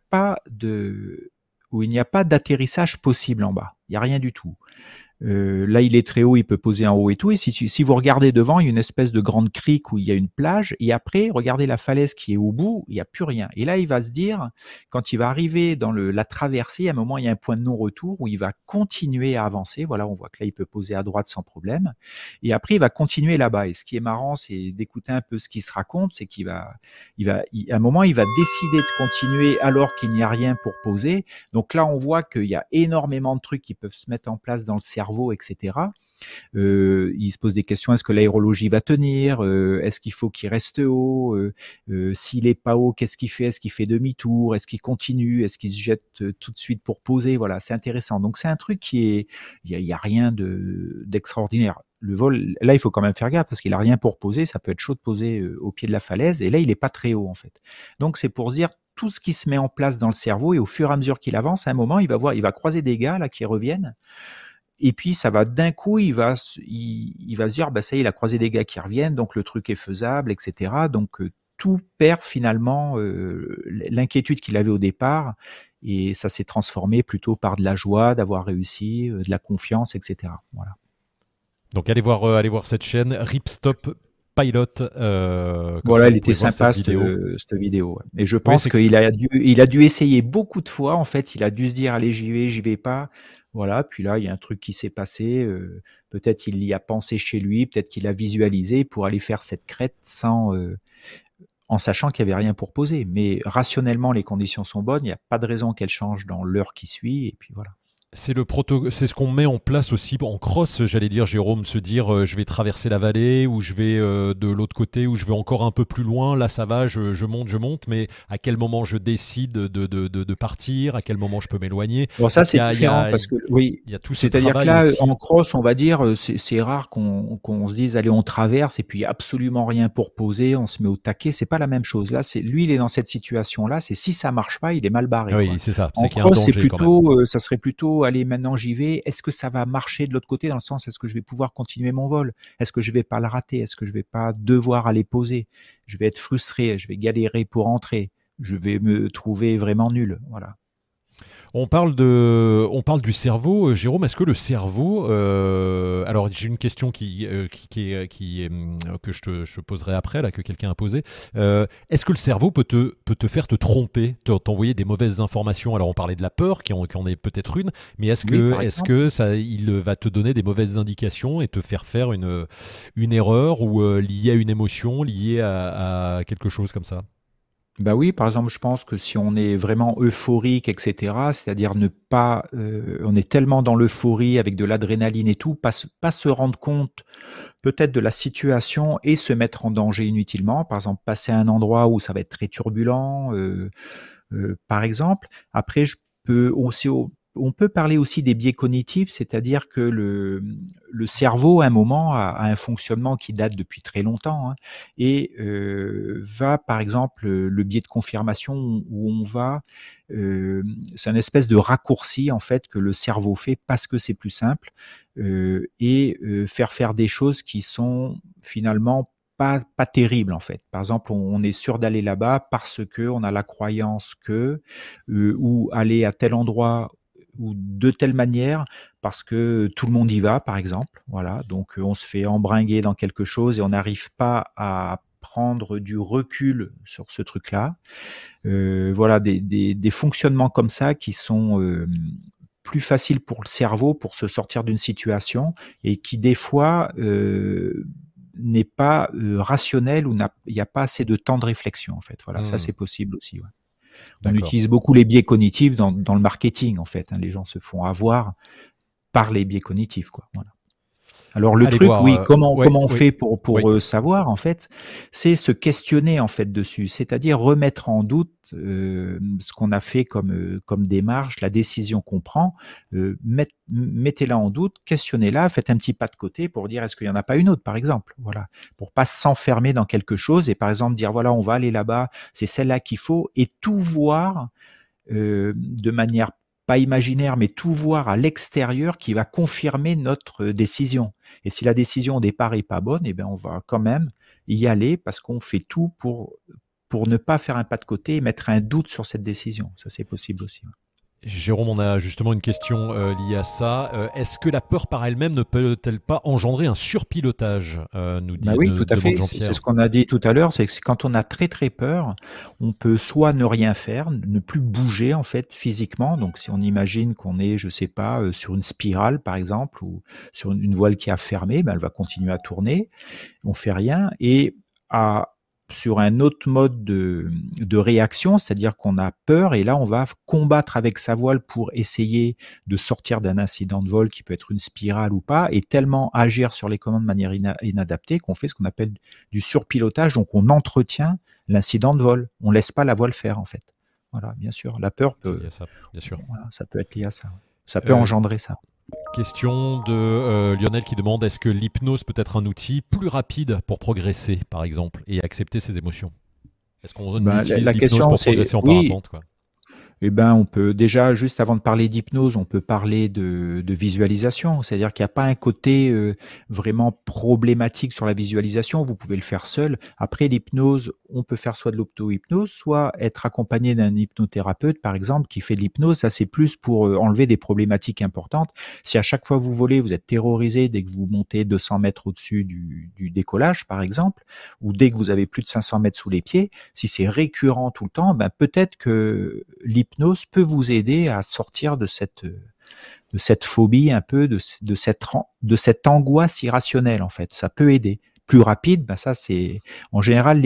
où il n'y a pas d'atterrissage possible en bas. Il n'y a rien du tout. Là, il est très haut, il peut poser en haut et tout. Et si vous regardez devant, il y a une espèce de grande crique où il y a une plage. Et après, regardez la falaise qui est au bout, il n'y a plus rien. Et là, il va se dire, quand il va arriver dans la traversée, à un moment, il y a un point de non-retour où il va continuer à avancer. Voilà, on voit que là, il peut poser à droite sans problème. Et après, il va continuer là-bas. Et ce qui est marrant, c'est d'écouter un peu ce qui se raconte. C'est à un moment, il va décider de continuer alors qu'il n'y a rien pour poser. Donc là, on voit qu'il y a énormément de trucs qui peuvent se mettre en place dans le cerveau, etc. Il se pose des questions, est-ce que l'aérologie va tenir, est-ce qu'il faut qu'il reste haut, s'il est pas haut, qu'est-ce qu'il fait, est-ce qu'il fait demi-tour, est-ce qu'il continue, est-ce qu'il se jette tout de suite pour poser, voilà, c'est intéressant. Donc c'est un truc il y a rien d'extraordinaire. Le vol, là, il faut quand même faire gaffe parce qu'il a rien pour poser, ça peut être chaud de poser au pied de la falaise, et là, il est pas très haut en fait. Donc c'est pour se dire tout ce qui se met en place dans le cerveau, et au fur et à mesure qu'il avance, à un moment, il va croiser des gars là qui reviennent, et puis ça va d'un coup, il va se dire, bah ça y est, il a croisé des gars qui reviennent, donc le truc est faisable, etc. Donc tout perd finalement l'inquiétude qu'il avait au départ, et ça s'est transformé plutôt par de la joie d'avoir réussi, de la confiance, etc. Voilà. Donc allez voir cette chaîne, Ripstop Pilot. Comme Voilà, ça, elle vous était pouvez voir cette sympa vidéo. cette vidéo. Ouais. Et je Oui, pense qu'il a dû essayer beaucoup de fois. En fait, il a dû se dire, allez, j'y vais pas. Voilà. Puis là, il y a un truc qui s'est passé. Peut-être il y a pensé chez lui, peut-être qu'il a visualisé pour aller faire cette crête en sachant qu'il n'y avait rien pour poser. Mais rationnellement, les conditions sont bonnes. Il n'y a pas de raison qu'elles changent dans l'heure qui suit. Et puis voilà. C'est ce qu'on met en place aussi en cross, j'allais dire, Jérôme, se dire je vais traverser la vallée, ou je vais de l'autre côté, ou je vais encore un peu plus loin. Là, ça va, je monte, mais à quel moment je décide de partir, à quel moment je peux m'éloigner. Bon, ça, Donc c'est différent parce que, oui, il y a tout ce c'est-à-dire que travail là, aussi. en cross, on va dire, c'est rare qu'on se dise, allez, on traverse et puis absolument rien pour poser, on se met au taquet. C'est pas la même chose. Là, lui, il est dans cette situation-là. C'est si ça marche pas, il est mal barré, Oui, quoi. c'est ça, En c'est qu'il y a un cross, danger quand même. ça serait plutôt, allez, maintenant j'y vais. Est-ce que ça va marcher de l'autre côté dans le sens, est-ce que je vais pouvoir continuer mon vol? Est-ce que je vais pas le rater? Est-ce que je vais pas devoir aller poser? Je vais être frustré, je vais galérer pour entrer. Je vais me trouver vraiment nul. Voilà. On parle du cerveau, Jérôme. Est-ce que le cerveau, alors j'ai une question que je te poserai après, là, que quelqu'un a posée. Est-ce que le cerveau peut te faire te tromper, t'envoyer des mauvaises informations? Alors on parlait de la peur, qui en est peut-être une, mais Oui, par est-ce exemple. que il va te donner des mauvaises indications et te faire faire une erreur, ou liée à une émotion, liée à quelque chose comme ça? Bah oui, par exemple, je pense que si on est vraiment euphorique, etc., c'est-à-dire ne pas, on est tellement dans l'euphorie avec de l'adrénaline et tout, pas se rendre compte peut-être de la situation et se mettre en danger inutilement. Par exemple, passer à un endroit où ça va être très turbulent, par exemple. Après, on peut parler aussi des biais cognitifs, c'est-à-dire que le cerveau, à un moment, a un fonctionnement qui date depuis très longtemps, hein, et va, par exemple, le biais de confirmation où on va, c'est un espèce de raccourci en fait que le cerveau fait parce que c'est plus simple, et faire des choses qui sont finalement pas terrible en fait. Par exemple, on est sûr d'aller là-bas parce que on a la croyance que, ou aller à tel endroit ou de telle manière parce que tout le monde y va, par exemple. Voilà, donc on se fait embringuer dans quelque chose et on n'arrive pas à prendre du recul sur ce truc-là. Voilà, des fonctionnements comme ça qui sont plus faciles pour le cerveau pour se sortir d'une situation et qui des fois n'est pas rationnel ou il n'y a pas assez de temps de réflexion en fait. Voilà, ça c'est possible aussi. Ouais. On D'accord. utilise beaucoup les biais cognitifs dans le marketing en fait. Hein. Les gens se font avoir par les biais cognitifs, quoi. Voilà. Alors le Allez truc, voir. oui, comment on Oui, fait pour oui. savoir en fait, c'est se questionner en fait dessus, c'est-à-dire remettre en doute ce qu'on a fait comme démarche, la décision qu'on prend, mettez-la en doute, questionnez-la, faites un petit pas de côté pour dire est-ce qu'il y en a pas une autre par exemple, voilà, pour pas s'enfermer dans quelque chose et par exemple dire voilà on va aller là-bas, c'est celle-là qu'il faut et tout voir de manière pas imaginaire, mais tout voir à l'extérieur qui va confirmer notre décision. Et si la décision au départ est pas bonne, eh bien on va quand même y aller parce qu'on fait tout pour ne pas faire un pas de côté et mettre un doute sur cette décision. Ça, c'est possible aussi. Jérôme, on a justement une question liée à ça. Est-ce que la peur par elle-même ne peut-elle pas engendrer un surpilotage Bah oui, tout à demande fait. C'est Jean-Pierre. ce qu'on a dit tout à l'heure, c'est que quand on a très très peur, on peut soit ne rien faire, ne plus bouger en fait physiquement. Donc si on imagine qu'on est, je sais pas, sur une spirale par exemple ou sur une voile qui a fermé, ben elle va continuer à tourner. On fait rien et à sur un autre mode de réaction, c'est-à-dire qu'on a peur et là on va combattre avec sa voile pour essayer de sortir d'un incident de vol qui peut être une spirale ou pas, et tellement agir sur les commandes de manière inadaptée qu'on fait ce qu'on appelle du surpilotage, donc on entretient l'incident de vol, on laisse pas la voile faire en fait. Voilà, bien sûr, la peur C'est peut, lié à ça, bien sûr. voilà, ça peut être lié à ça. Ça peut Euh, engendrer ça. Question de Lionel qui demande est-ce que l'hypnose peut être un outil plus rapide pour progresser, par exemple, et accepter ses émotions? Est-ce qu'on Ben, utilise la l'hypnose question pour c'est progresser en oui. parapente, quoi? Eh ben, on peut déjà, juste avant de parler d'hypnose, on peut parler de visualisation. C'est-à-dire qu'il n'y a pas un côté vraiment problématique sur la visualisation. Vous pouvez le faire seul. Après, l'hypnose, on peut faire soit de l'auto-hypnose, soit être accompagné d'un hypnothérapeute, par exemple, qui fait de l'hypnose. Ça, c'est plus pour enlever des problématiques importantes. Si à chaque fois vous volez, vous êtes terrorisé dès que vous montez 200 mètres au-dessus du décollage, par exemple, ou dès que vous avez plus de 500 mètres sous les pieds, si c'est récurrent tout le temps, ben peut-être que l'hypnose peut vous aider à sortir de cette phobie un peu, de cette angoisse irrationnelle en fait. Ça peut aider. Plus rapide, ben ça c'est en général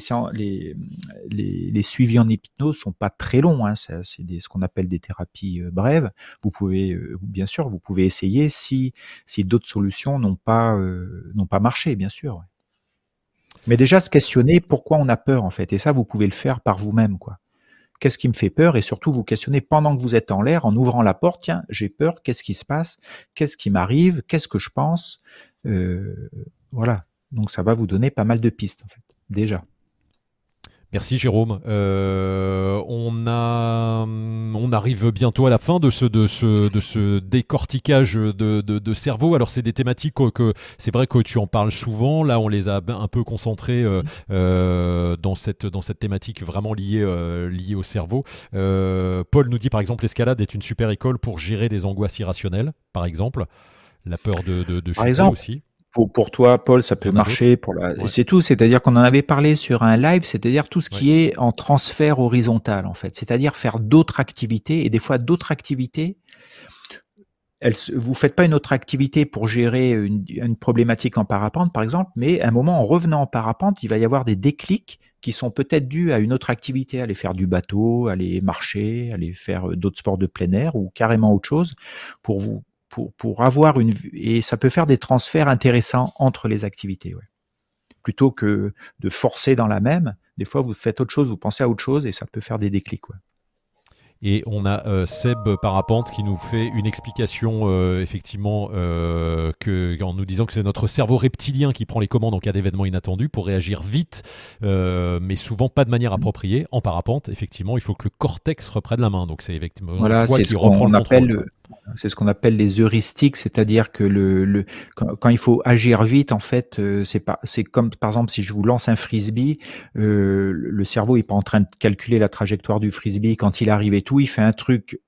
les suivis en hypnose sont pas très longs. Hein. C'est ce qu'on appelle des thérapies brèves. Vous pouvez bien sûr vous pouvez essayer si d'autres solutions n'ont pas marché, bien sûr. Ouais. Mais déjà se questionner pourquoi on a peur en fait. Et ça vous pouvez le faire par vous-même quoi. Qu'est-ce qui me fait peur? Et surtout, vous questionnez pendant que vous êtes en l'air, en ouvrant la porte, tiens, j'ai peur, qu'est-ce qui se passe? Qu'est-ce qui m'arrive? Qu'est-ce que je pense? Voilà. Donc, ça va vous donner pas mal de pistes, en fait, déjà. Merci Jérôme. On arrive bientôt à la fin de ce décortiquage de cerveau. Alors c'est des thématiques que c'est vrai que tu en parles souvent. Là, on les a un peu concentrées dans cette thématique vraiment liée au cerveau. Paul nous dit par exemple l'escalade est une super école pour gérer des angoisses irrationnelles, par exemple. La peur de Par chuter exemple, aussi. pour toi, Paul, ça Il y peut en a d'autres. marcher pour et Ouais. c'est tout. C'est-à-dire qu'on en avait parlé sur un live, c'est-à-dire tout ce Ouais. qui est en transfert horizontal, en fait. C'est-à-dire faire d'autres activités et des fois d'autres activités. Vous faites pas une autre activité pour gérer une problématique en parapente, par exemple, mais à un moment, en revenant en parapente, il va y avoir des déclics qui sont peut-être dus à une autre activité, aller faire du bateau, aller marcher, aller faire d'autres sports de plein air ou carrément autre chose pour vous, pour avoir et ça peut faire des transferts intéressants entre les activités, ouais. Plutôt que de forcer dans la même. Des fois, vous faites autre chose, vous pensez à autre chose et ça peut faire des déclics, ouais. Et on a Seb Parapente qui nous fait une explication effectivement en nous disant que c'est notre cerveau reptilien qui prend les commandes en cas d'événement inattendu pour réagir vite, mais souvent pas de manière appropriée. En parapente, effectivement, il faut que le cortex reprenne la main. Donc c'est effectivement Voilà, toi c'est qui ce reprends le qu'on contrôle, appelle, quoi. c'est ce qu'on appelle les heuristiques, c'est-à-dire que quand il faut agir vite, en fait, c'est comme par exemple si je vous lance un frisbee, le cerveau est pas en train de calculer la trajectoire du frisbee quand il arrive et tout, il fait un truc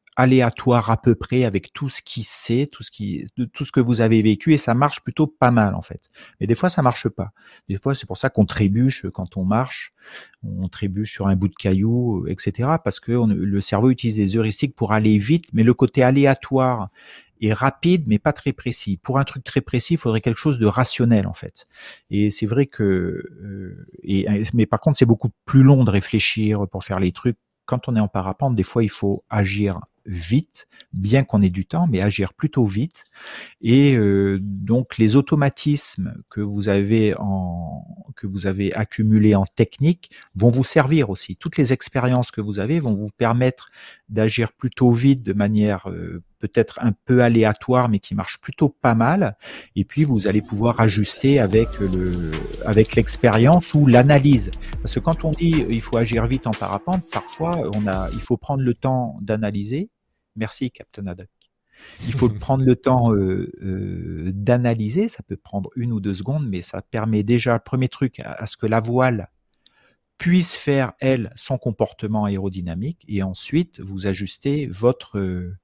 aléatoire à peu près avec tout ce qui sait, tout ce que vous avez vécu, et ça marche plutôt pas mal en fait. Mais des fois ça marche pas. Des fois c'est pour ça qu'on trébuche quand on marche, on trébuche sur un bout de caillou, etc. Parce que le cerveau utilise des heuristiques pour aller vite, mais le côté aléatoire est rapide mais pas très précis. Pour un truc très précis, il faudrait quelque chose de rationnel en fait. Et c'est vrai que mais par contre c'est beaucoup plus long de réfléchir pour faire les trucs. Quand on est en parapente, des fois il faut agir vite, bien qu'on ait du temps, mais agir plutôt vite. Et donc les automatismes que vous avez accumulés en technique vont vous servir aussi. Toutes les expériences que vous avez vont vous permettre d'agir plutôt vite, de manière peut-être un peu aléatoire, mais qui marche plutôt pas mal. Et puis vous allez pouvoir ajuster avec l'expérience ou l'analyse. Parce que quand on dit il faut agir vite en parapente, parfois il faut prendre le temps d'analyser. Merci, Captain Haddock. Il faut prendre le temps d'analyser, ça peut prendre 1 ou 2 secondes, mais ça permet déjà, premier truc, à ce que la voile puisse faire, elle, son comportement aérodynamique, et ensuite vous ajustez votre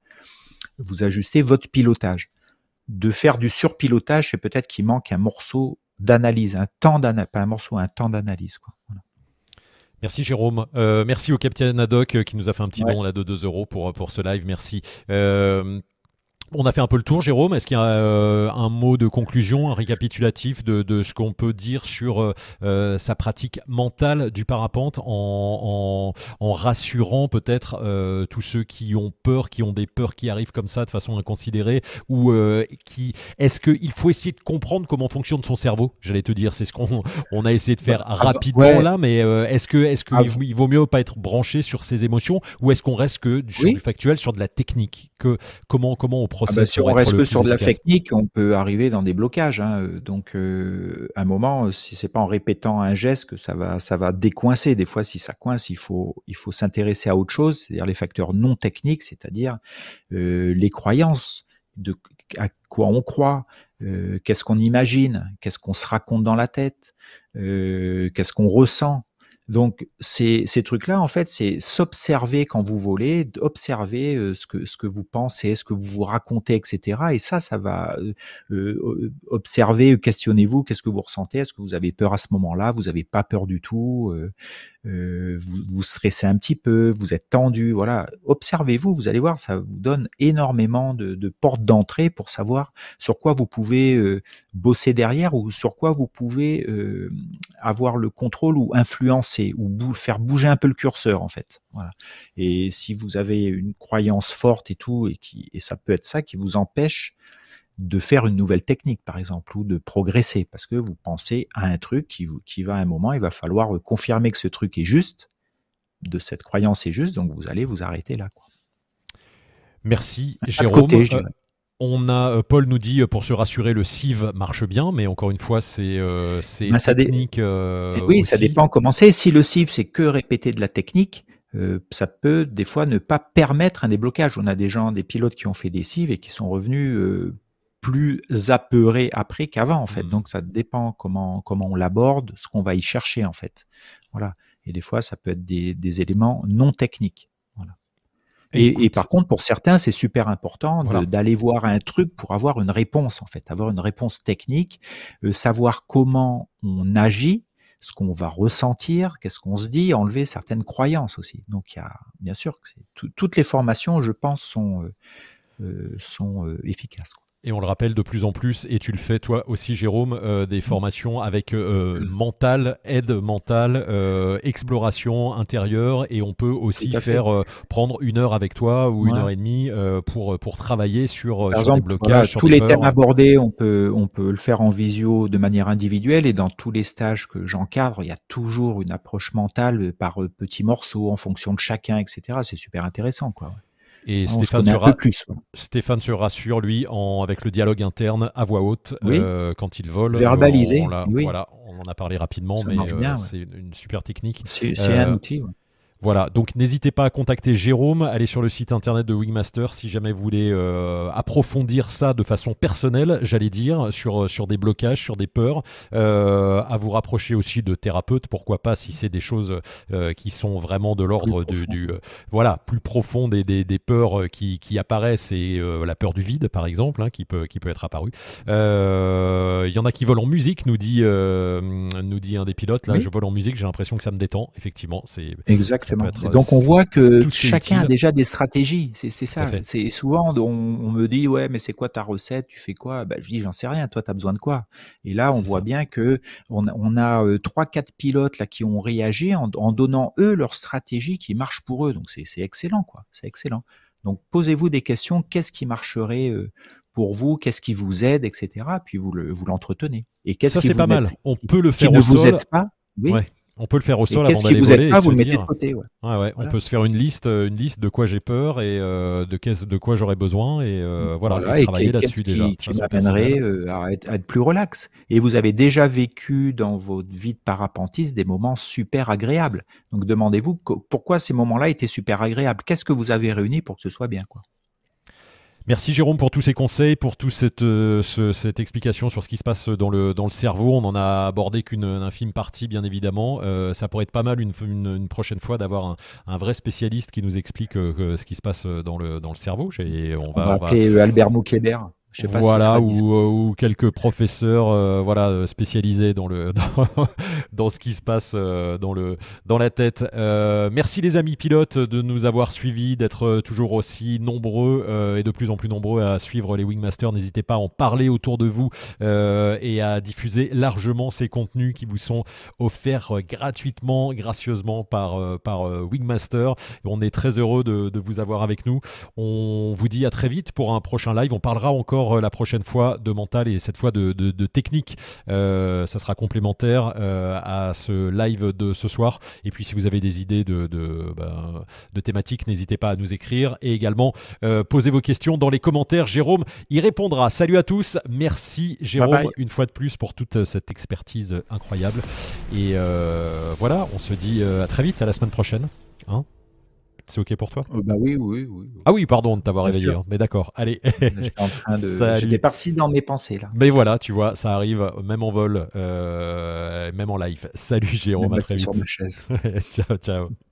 pilotage. De faire du surpilotage, c'est peut-être qu'il manque un morceau d'analyse, pas un morceau, un temps d'analyse, quoi. Voilà. Merci Jérôme. Merci au Capitaine Haddock qui nous a fait un petit don là, de 2 € pour ce live. Merci. On a fait un peu le tour, Jérôme. Est-ce qu'il y a un mot de conclusion, un récapitulatif de ce qu'on peut dire sur sa pratique mentale du parapente en rassurant peut-être tous ceux qui ont peur, qui ont des peurs qui arrivent comme ça de façon inconsidérée, ou est-ce qu'il faut essayer de comprendre comment fonctionne son cerveau? J'allais te dire, c'est ce qu'on a essayé de faire rapidement là, mais est-ce qu'il vaut mieux pas être branché sur ses émotions, ou est-ce qu'on reste que sur du factuel, sur de la technique? Comment on si on reste que sur de la technique, on peut arriver dans des blocages. Donc, à un moment, si c'est pas en répétant un geste que ça va décoincer. Des fois, si ça coince, il faut s'intéresser à autre chose, c'est-à-dire les facteurs non techniques, c'est-à-dire les croyances, à quoi on croit, qu'est-ce qu'on imagine, qu'est-ce qu'on se raconte dans la tête, qu'est-ce qu'on ressent. Donc ces trucs-là, en fait, c'est s'observer quand vous volez, observer ce que vous pensez, ce que vous vous racontez, etc. Et ça va observer, questionnez-vous, qu'est-ce que vous ressentez, est-ce que vous avez peur à ce moment-là, vous n'avez pas peur du tout, vous stressez un petit peu, vous êtes tendu, voilà. Observez-vous, vous allez voir, ça vous donne énormément de portes d'entrée pour savoir sur quoi vous pouvez bosser derrière, ou sur quoi vous pouvez avoir le contrôle ou influencer, ou faire bouger un peu le curseur, en fait. Voilà. Et si vous avez une croyance forte et tout, et ça peut être ça qui vous empêche de faire une nouvelle technique, par exemple, ou de progresser, parce que vous pensez à un truc qui va à un moment, il va falloir confirmer que ce truc est juste, de cette croyance est juste, donc vous allez vous arrêter là, quoi. Merci Jérôme. Paul nous dit, pour se rassurer, le sieve marche bien, mais encore une fois, c'est technique. Oui, ça dépend comment c'est. Si le sieve, c'est que répéter de la technique, ça peut des fois ne pas permettre un déblocage. On a des pilotes qui ont fait des sieves et qui sont revenus plus apeurés après qu'avant, en fait. Donc ça dépend comment on l'aborde, ce qu'on va y chercher, en fait. Voilà. Et des fois, ça peut être des éléments non techniques. Voilà. Et par contre, pour certains, c'est super important d'aller voir un truc pour avoir une réponse, en fait, avoir une réponse technique, savoir comment on agit, ce qu'on va ressentir, qu'est-ce qu'on se dit, enlever certaines croyances aussi. Donc, il y a bien sûr que toutes les formations, je pense, sont efficaces, quoi. Et on le rappelle de plus en plus, et tu le fais toi aussi Jérôme, des formations avec aide mentale, exploration intérieure, et on peut aussi prendre 1 heure avec toi ou 1 heure et demie pour travailler sur des blocages. Sur tous les thèmes abordés, on peut le faire en visio de manière individuelle, et dans tous les stages que j'encadre, il y a toujours une approche mentale par petits morceaux en fonction de chacun, etc. C'est super intéressant, quoi. Et Stéphane se rassure, lui, avec le dialogue interne à voix haute quand il vole. Verbalisé. Voilà, on en a parlé rapidement, mais c'est une super technique. C'est un outil. Voilà, donc n'hésitez pas à contacter Jérôme, allez sur le site internet de Wingmaster si jamais vous voulez approfondir ça de façon personnelle, j'allais dire, sur des blocages, sur des peurs, à vous rapprocher aussi de thérapeutes, pourquoi pas si c'est des choses qui sont vraiment de Plus l'ordre profond. voilà, plus profond des peurs qui apparaissent et la peur du vide par exemple, hein, qui peut être apparue. Il y en a qui volent en musique, nous dit un des pilotes, là Oui. je vole en musique, j'ai l'impression que ça me détend, effectivement, ça peut Exactement. Et être donc on voit que tout ce qui est chacun a utile, déjà des stratégies. C'est tout à ça. fait. C'est souvent on me dit: «Ouais, mais c'est quoi ta recette? Tu fais quoi?» Bah, je dis: «J'en sais rien. Toi, tu as besoin de quoi?» Et là, on C'est voit ça. bien que on a 3-4 pilotes là qui ont réagi en donnant eux leur stratégie qui marche pour eux. Donc c'est excellent quoi. C'est excellent. Donc posez-vous des questions. Qu'est-ce qui marcherait, pour vous? Qu'est-ce qui vous aide et cetera? Puis vous l'entretenez. Et qu'est-ce Ça, qui c'est vous pas mal. n'aide On peut le qui faire ne au vous sol. aide pas? Oui. Ouais. On peut le faire au Et sol avant qu'est-ce qui d'aller vous aide voler et pas? de Vous se le mettez de dire, côté, ouais. ouais, on Voilà. peut se faire une liste de quoi j'ai peur et de quoi j'aurais besoin et voilà, et Voilà, et travailler qu'est-ce là-dessus déjà, de qui façon personnelle. m'amènerait, à être plus relax? Et vous avez déjà vécu dans votre vie de parapentiste des moments super agréables. Donc demandez-vous pourquoi ces moments-là étaient super agréables? Qu'est-ce que vous avez réuni pour que ce soit bien, quoi? Merci Jérôme pour tous ces conseils, pour toute cette explication sur ce qui se passe dans le cerveau. On n'en a abordé qu'une infime partie, bien évidemment. Ça pourrait être pas mal une prochaine fois d'avoir un vrai spécialiste qui nous explique ce qui se passe dans le cerveau. On va On va appeler, Albert Moukébert. Je sais pas s'il Voilà, sera dispo. ou quelques professeurs voilà, spécialisés dans ce qui se passe dans la tête. Merci les amis pilotes de nous avoir suivis, d'être toujours aussi nombreux et de plus en plus nombreux à suivre les Wingmasters. N'hésitez pas à en parler autour de vous et à diffuser largement ces contenus qui vous sont offerts gratuitement, gracieusement par Wingmaster. On est très heureux de vous avoir avec nous. On vous dit à très vite pour un prochain live. On parlera encore la prochaine fois de mental et cette fois de technique. Ça sera complémentaire à ce live de ce soir. Et puis si vous avez des idées de thématiques, n'hésitez pas à nous écrire. Et également, posez vos questions dans les commentaires. Jérôme y répondra. Salut à tous. Merci Bye Jérôme bye. une fois de plus pour toute cette expertise incroyable. Et voilà, on se dit à très vite, à la semaine prochaine. Hein, c'est OK pour toi? Bah, oui, oui, oui, oui. Ah oui, pardon de t'avoir Bien réveillé, sûr. hein, mais d'accord, allez. J'étais Salut. parti dans mes pensées là. Mais voilà, tu vois, ça arrive même en vol, même en live. Salut Jérôme, Même à très assis sur ma vite. chaise. Ciao, ciao.